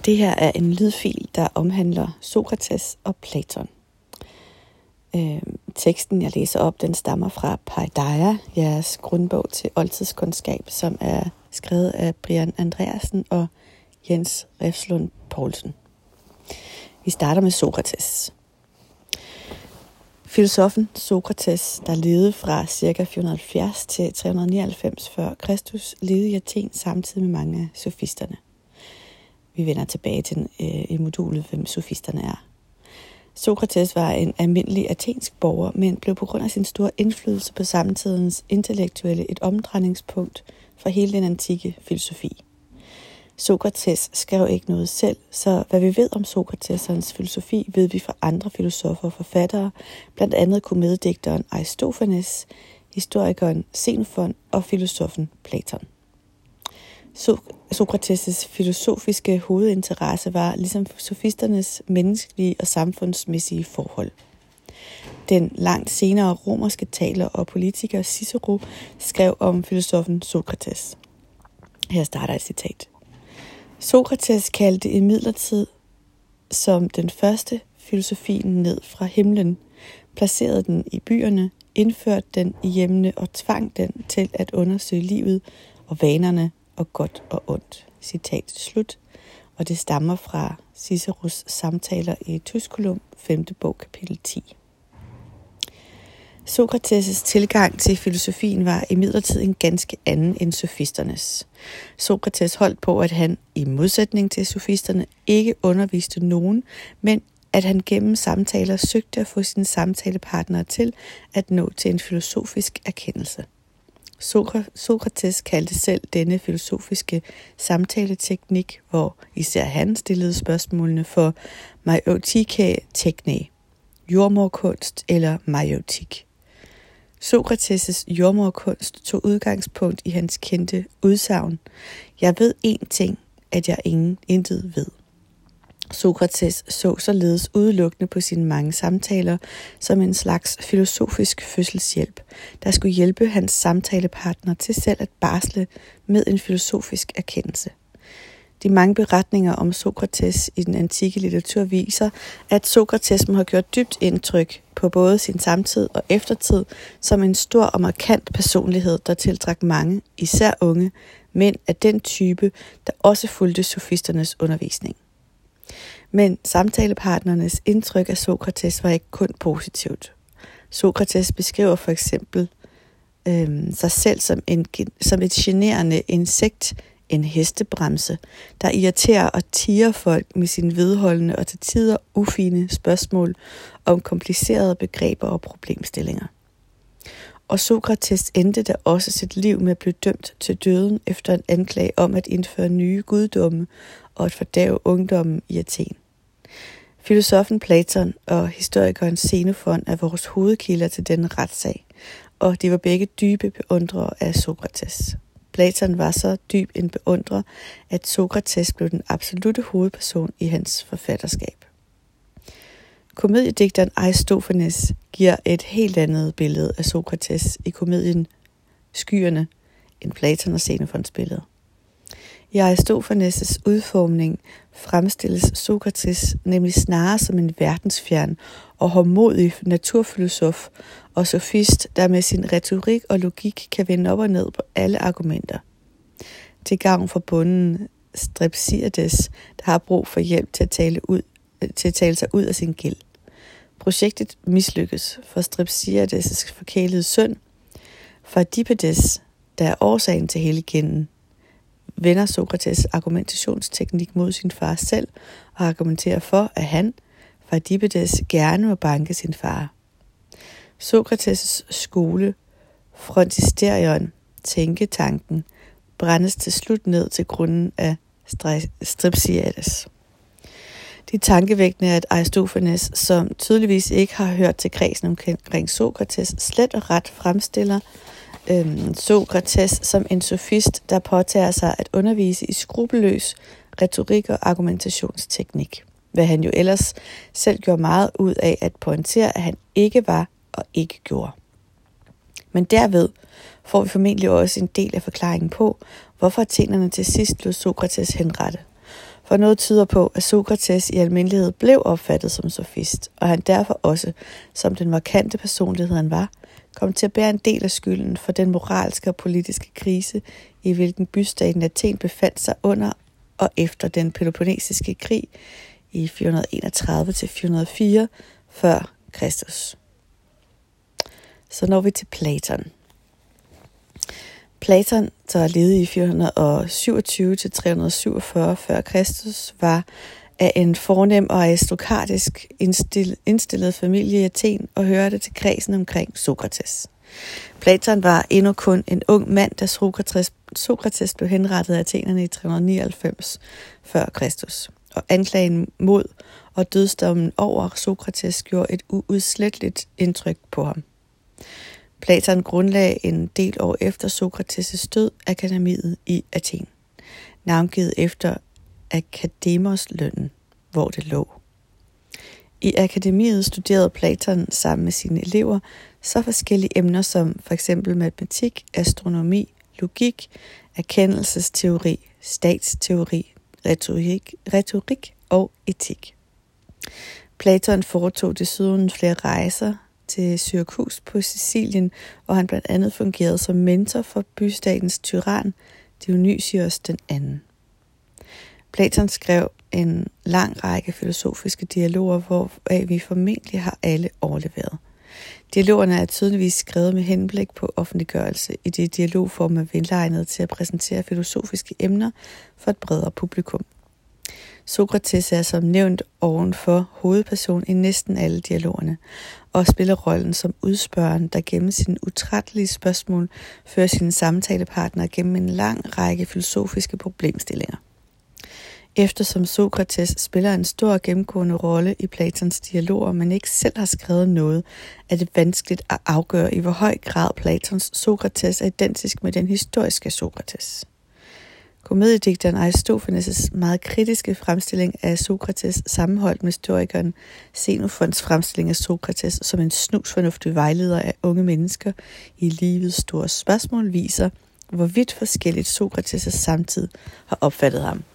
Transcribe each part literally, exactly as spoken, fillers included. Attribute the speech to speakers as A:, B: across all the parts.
A: Det her er en lydfil, der omhandler Sokrates og Platon. Øh, teksten, jeg læser op, den stammer fra Paideia, jeres grundbog til oldtidskundskab, som er skrevet af Brian Andreasen og Jens Refslund Poulsen. Vi starter med Sokrates. Filosoffen Sokrates, der levede fra ca. fire hundrede og halvfjerds til tre hundrede og nioghalvfems før Kristus, levede i Athen samtidig med mange af sofisterne. Vi vender tilbage til den, øh, i modulet, hvem sofisterne er. Sokrates var en almindelig athensk borger, men blev på grund af sin store indflydelse på samtidens intellektuelle et omdrejningspunkt for hele den antikke filosofi. Sokrates skrev ikke noget selv, så hvad vi ved om Sokrates og hans filosofi, ved vi fra andre filosofer og forfattere, blandt andet komediedigteren Aristofanes, historikeren Xenofon og filosoffen Platon. Sokrates' filosofiske hovedinteresse var, ligesom sofisternes, menneskelige og samfundsmæssige forhold. Den langt senere romerske taler og politiker Cicero skrev om filosoffen Sokrates. Her starter et citat. Sokrates kaldte imidlertid som den første filosofien ned fra himlen, placerede den i byerne, indførte den i hjemmene og tvang den til at undersøge livet og vanerne og godt og ondt. Citat slut. Og det stammer fra Ciceros samtaler i Tusculum, femte bog, kapitel ti. Sokrates' tilgang til filosofien var imidlertid en ganske anden end sofisternes. Sokrates holdt på, at han, i modsætning til sofisterne, ikke underviste nogen, men at han gennem samtaler søgte at få sine samtalepartnere til at nå til en filosofisk erkendelse. Sokrates kaldte selv denne filosofiske samtaleteknik, hvor især han stillede spørgsmålene for maiotikæ tekne, jordmorkunst eller maiotik. Sokrates' jordmorkunst tog udgangspunkt i hans kendte udsagn: Jeg ved én ting, at jeg ingen intet ved. Sokrates så således udelukkende på sine mange samtaler som en slags filosofisk fødselshjælp, der skulle hjælpe hans samtalepartner til selv at barsle med en filosofisk erkendelse. De mange beretninger om Sokrates i den antikke litteratur viser, at Sokrates må have gjort dybt indtryk på både sin samtid og eftertid som en stor og markant personlighed, der tiltrak mange, især unge, mænd af den type, der også fulgte sofisternes undervisning. Men samtalepartnernes indtryk af Sokrates var ikke kun positivt. Sokrates beskriver for eksempel øhm, sig selv som, en, som et generende insekt, en hestebremse, der irriterer og tirer folk med sine vedholdende og til tider ufine spørgsmål om komplicerede begreber og problemstillinger. Og Sokrates endte da også sit liv med at blive dømt til døden efter en anklage om at indføre nye guddomme og at fordærve ungdommen i Athen. Filosoffen Platon og historikeren Xenofon er vores hovedkilder til denne retssag, og de var begge dybe beundrere af Sokrates. Platon var så dyb en beundrer, at Sokrates blev den absolutte hovedperson i hans forfatterskab. Komediedigteren Aristofanes giver et helt andet billede af Sokrates i komedien Skyerne end Platon og Xenofons billede. I Aristofanes' udformning fremstilles Sokrates nemlig snarere som en verdensfjern og hårdmodig naturfilosof og sofist, der med sin retorik og logik kan vende op og ned på alle argumenter. Til gavn for bonden Strepsiades, der har brug for hjælp til at tale, ud, til at tale sig ud af sin gæld. Projektet mislykkes for Strepsiades' forkælede søn, Phidippides, der er årsagen til hele gælden, vender Sokrates argumentationsteknik mod sin far selv og argumenterer for, at han, Phidippides, gerne må banke sin far. Sokrates' skole, frontisterion, tænketanken, brændes til slut ned til grunden af Strepsiades. De tankevækkende er, at Aristofanes, som tydeligvis ikke har hørt til kredsen omkring Sokrates, slet og ret fremstiller øhm, Sokrates som en sofist, der påtager sig at undervise i skrupelløs retorik og argumentationsteknik. Hvad han jo ellers selv gjorde meget ud af at pointere, at han ikke var og ikke gjorde. Men derved får vi formentlig også en del af forklaringen på, hvorfor athenerne til sidst lod Sokrates henrette. For noget tyder på, at Sokrates i almindelighed blev opfattet som sofist, og han derfor også, som den markante personlighed han var, kom til at bære en del af skylden for den moralske og politiske krise, i hvilken bystaten Athen befandt sig under og efter den Peloponnesiske krig i fire hundrede enogtredive til fire hundrede fire før Kristus. Så når vi til Platon. Platon, der levede i fire hundrede syvogtyve til tre hundrede syvogfyrre før Kristus, var af en fornem og aristokratisk indstillet familie i Athen og hørte til kredsen omkring Sokrates. Platon var endnu kun en ung mand, da Sokrates, Sokrates blev henrettet af athenerne i tre hundrede nioghalvfems før Kristus, og anklagen mod og dødsdommen over Sokrates gjorde et uudsletteligt indtryk på ham. Platon grundlagde en del år efter Sokrates' død akademiet i Athen, navngivet efter Akademos-lønnen, hvor det lå. I akademiet studerede Platon sammen med sine elever så forskellige emner som f.eks. matematik, astronomi, logik, erkendelsesteori, statsteori, retorik, retorik og etik. Platon foretog desuden flere rejser til Syrakus på Sicilien, hvor han blandt andet fungerede som mentor for bystatens tyran Dionysios den anden. Platon skrev en lang række filosofiske dialoger, hvoraf vi formentlig har alle overleveret. Dialogerne er tydeligvis skrevet med henblik på offentliggørelse, i det dialogform er velegnet til at præsentere filosofiske emner for et bredere publikum. Sokrates er som nævnt ovenfor hovedperson i næsten alle dialogerne, og spiller rollen som udspørgeren, der gennem sine utrættelige spørgsmål fører sine samtalepartnere gennem en lang række filosofiske problemstillinger. Eftersom Sokrates spiller en stor gennemgående rolle i Platons dialoger, men ikke selv har skrevet noget, er det vanskeligt at afgøre, i hvor høj grad Platons Sokrates er identisk med den historiske Sokrates. Komediedigteren Aristofanes' meget kritiske fremstilling af Sokrates sammenholdt med historikeren Xenofons fremstilling af Sokrates som en snusfornuftig vejleder af unge mennesker i livets store spørgsmål viser, hvor vidt forskelligt Sokrates' samtid har opfattet ham.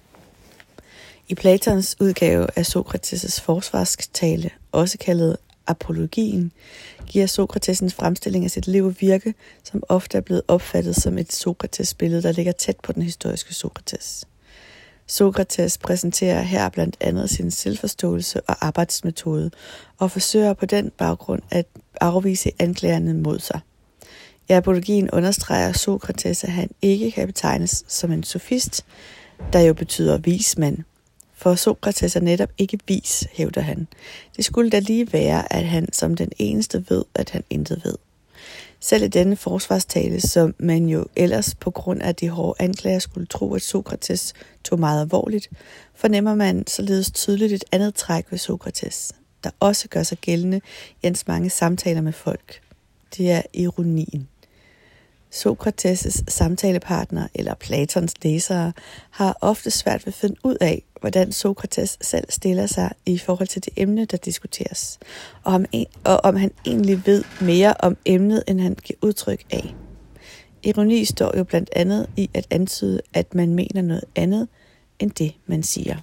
A: I Platons udgave af Sokrates' forsvarstale, også kaldet Apologien, giver Sokrates en fremstilling af sit liv og virke, som ofte er blevet opfattet som et Sokrates-billede, der ligger tæt på den historiske Sokrates. Sokrates præsenterer her blandt andet sin selvforståelse og arbejdsmetode, og forsøger på den baggrund at afvise anklagerne mod sig. I Apologien understreger Sokrates, at han ikke kan betegnes som en sofist, der jo betyder vismand. For Sokrates er netop ikke vis, hævder han. Det skulle da lige være, at han som den eneste ved, at han intet ved. Selv i denne forsvarstale, som man jo ellers på grund af de hårde anklager skulle tro, at Sokrates tog meget alvorligt, fornemmer man således tydeligt et andet træk ved Sokrates, der også gør sig gældende i hans mange samtaler med folk. Det er ironien. Sokrates' samtalepartner eller Platons læsere har ofte svært ved at finde ud af, hvordan Sokrates selv stiller sig i forhold til det emne, der diskuteres, og om, og om han egentlig ved mere om emnet, end han giver udtryk af. Ironi står jo blandt andet i at antyde, at man mener noget andet, end det, man siger.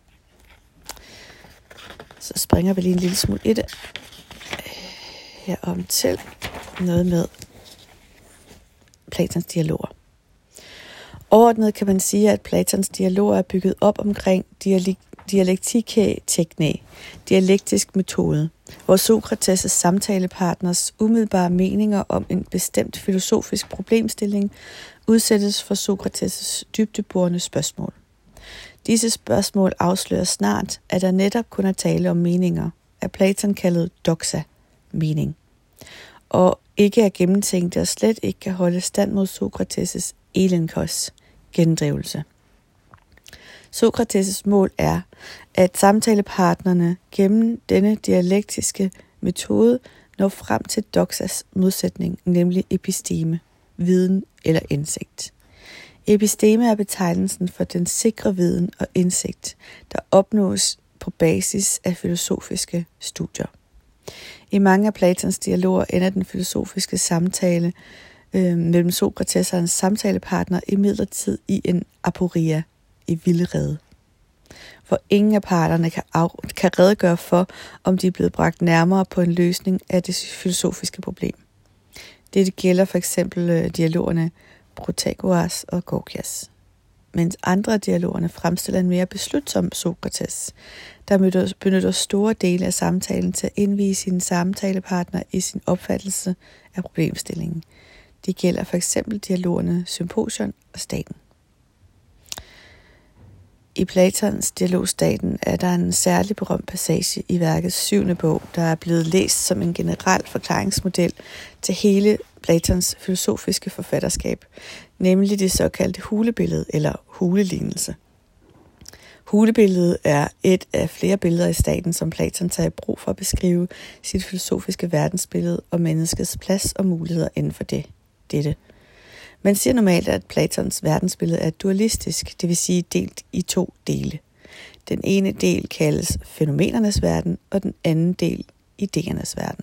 A: Så springer vi lige en lille smule i det. Herom til noget med Platons dialoger. Overordnet kan man sige, at Platons dialoger er bygget op omkring dialektiketeknik, dialektisk metode, hvor Sokrates' samtalepartners umiddelbare meninger om en bestemt filosofisk problemstilling udsættes for Sokrates' dybdeborende spørgsmål. Disse spørgsmål afslører snart, at der netop kun er tale om meninger, af Platon kaldet doxa, mening, og ikke er gennemtænkte og slet ikke kan holde stand mod Sokrates' elenkos, gendrivelse. Sokrates' mål er, at samtalepartnerne gennem denne dialektiske metode når frem til doxas modsætning, nemlig episteme, viden eller indsigt. Episteme er betegnelsen for den sikre viden og indsigt, der opnås på basis af filosofiske studier. I mange af Platons dialoger ender den filosofiske samtale øh, mellem Sokrates og hans samtalepartner imidlertid i en aporia, i vildrede. hvor ingen af parterne kan, af, kan redegøre for, om de er blevet bragt nærmere på en løsning af det filosofiske problem. Dette gælder for eksempel dialogerne Protagoras og Gorgias. Mens andre af dialogerne fremstiller en mere beslutsom Sokrates, der benytter store dele af samtalen til at indvie sine samtalepartner i sin opfattelse af problemstillingen. Det gælder for eksempel dialogerne Symposion og Staten. I Platons dialog Staten er der en særlig berømt passage i værkets syvende bog, der er blevet læst som en generel forklaringsmodel til hele Platons filosofiske forfatterskab, nemlig det såkaldte hulebillede eller hulelignelse. Hulebilledet er et af flere billeder i Staten, som Platon tager i brug for at beskrive sit filosofiske verdensbillede og menneskets plads og muligheder inden for det. dette. Man siger normalt, at Platons verdensbillede er dualistisk, det vil sige delt i to dele. Den ene del kaldes fænomenernes verden, og den anden del idéernes verden.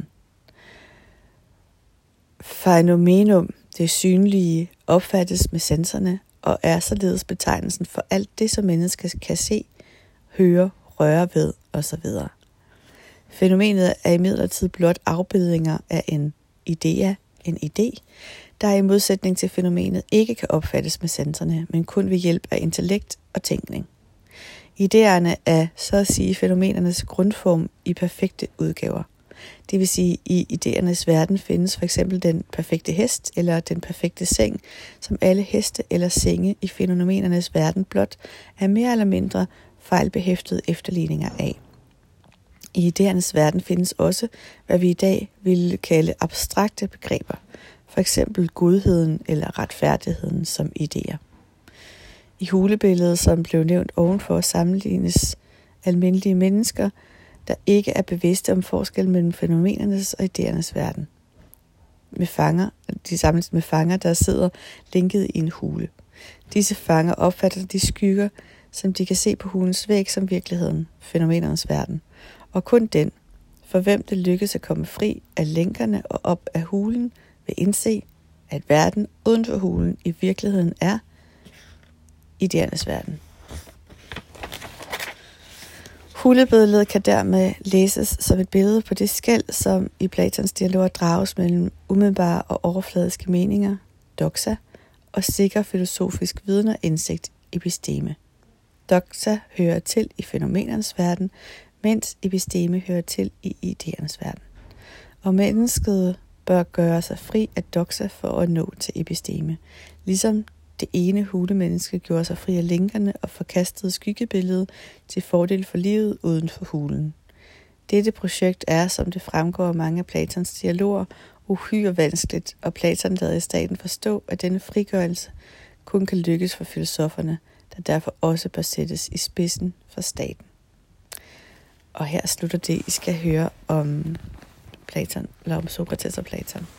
A: Fænomenum, det synlige, opfattes med sensorerne og er således betegnelsen for alt det, som mennesker kan se, høre, røre ved osv. Fænomenet er imidlertid blot afbildninger af en idea, en idé, der i modsætning til fænomenet ikke kan opfattes med sensorerne, men kun ved hjælp af intellekt og tænkning. Idéerne er så at sige fænomenernes grundform i perfekte udgaver. Det vil sige, i idéernes verden findes for eksempel den perfekte hest eller den perfekte seng, som alle heste eller senge i fænomenernes verden blot er mere eller mindre fejlbehæftede efterligninger af. I idéernes verden findes også, hvad vi i dag ville kalde abstrakte begreber, for eksempel godheden eller retfærdigheden som idéer. I hulebilledet, som blev nævnt ovenfor, sammenlignes almindelige mennesker, der ikke er bevidste om forskel mellem fænomenernes og idéernes verden. Med fanger, de samles med fanger, der sidder linket i en hule. Disse fanger opfatter de skygger, som de kan se på hulens væg som virkeligheden, fænomenernes verden. Og kun den, for hvem det lykkes at komme fri af lænkerne og op af hulen, vil indse, at verden uden for hulen i virkeligheden er idéernes verden. Hulebilledet kan dermed læses som et billede på det skel, som i Platons dialoger drages mellem umiddelbare og overfladiske meninger, doxa, og sikker filosofisk viden og indsigt, episteme. Doxa hører til i fænomenernes verden, mens episteme hører til i idéernes verden. Og mennesket bør gøre sig fri af doxa for at nå til episteme, ligesom det ene hulemenneske gjorde sig fri af linkerne og forkastede skyggebilledet til fordel for livet uden for hulen. Dette projekt er, som det fremgår af mange af Platons dialoger, uhyre vanskeligt, og Platon lader i Staten forstå, at denne frigørelse kun kan lykkes for filosoferne, der derfor også bør sættes i spidsen for Staten. Og her slutter det, I skal høre om Platon, eller om Sokrates og Platon.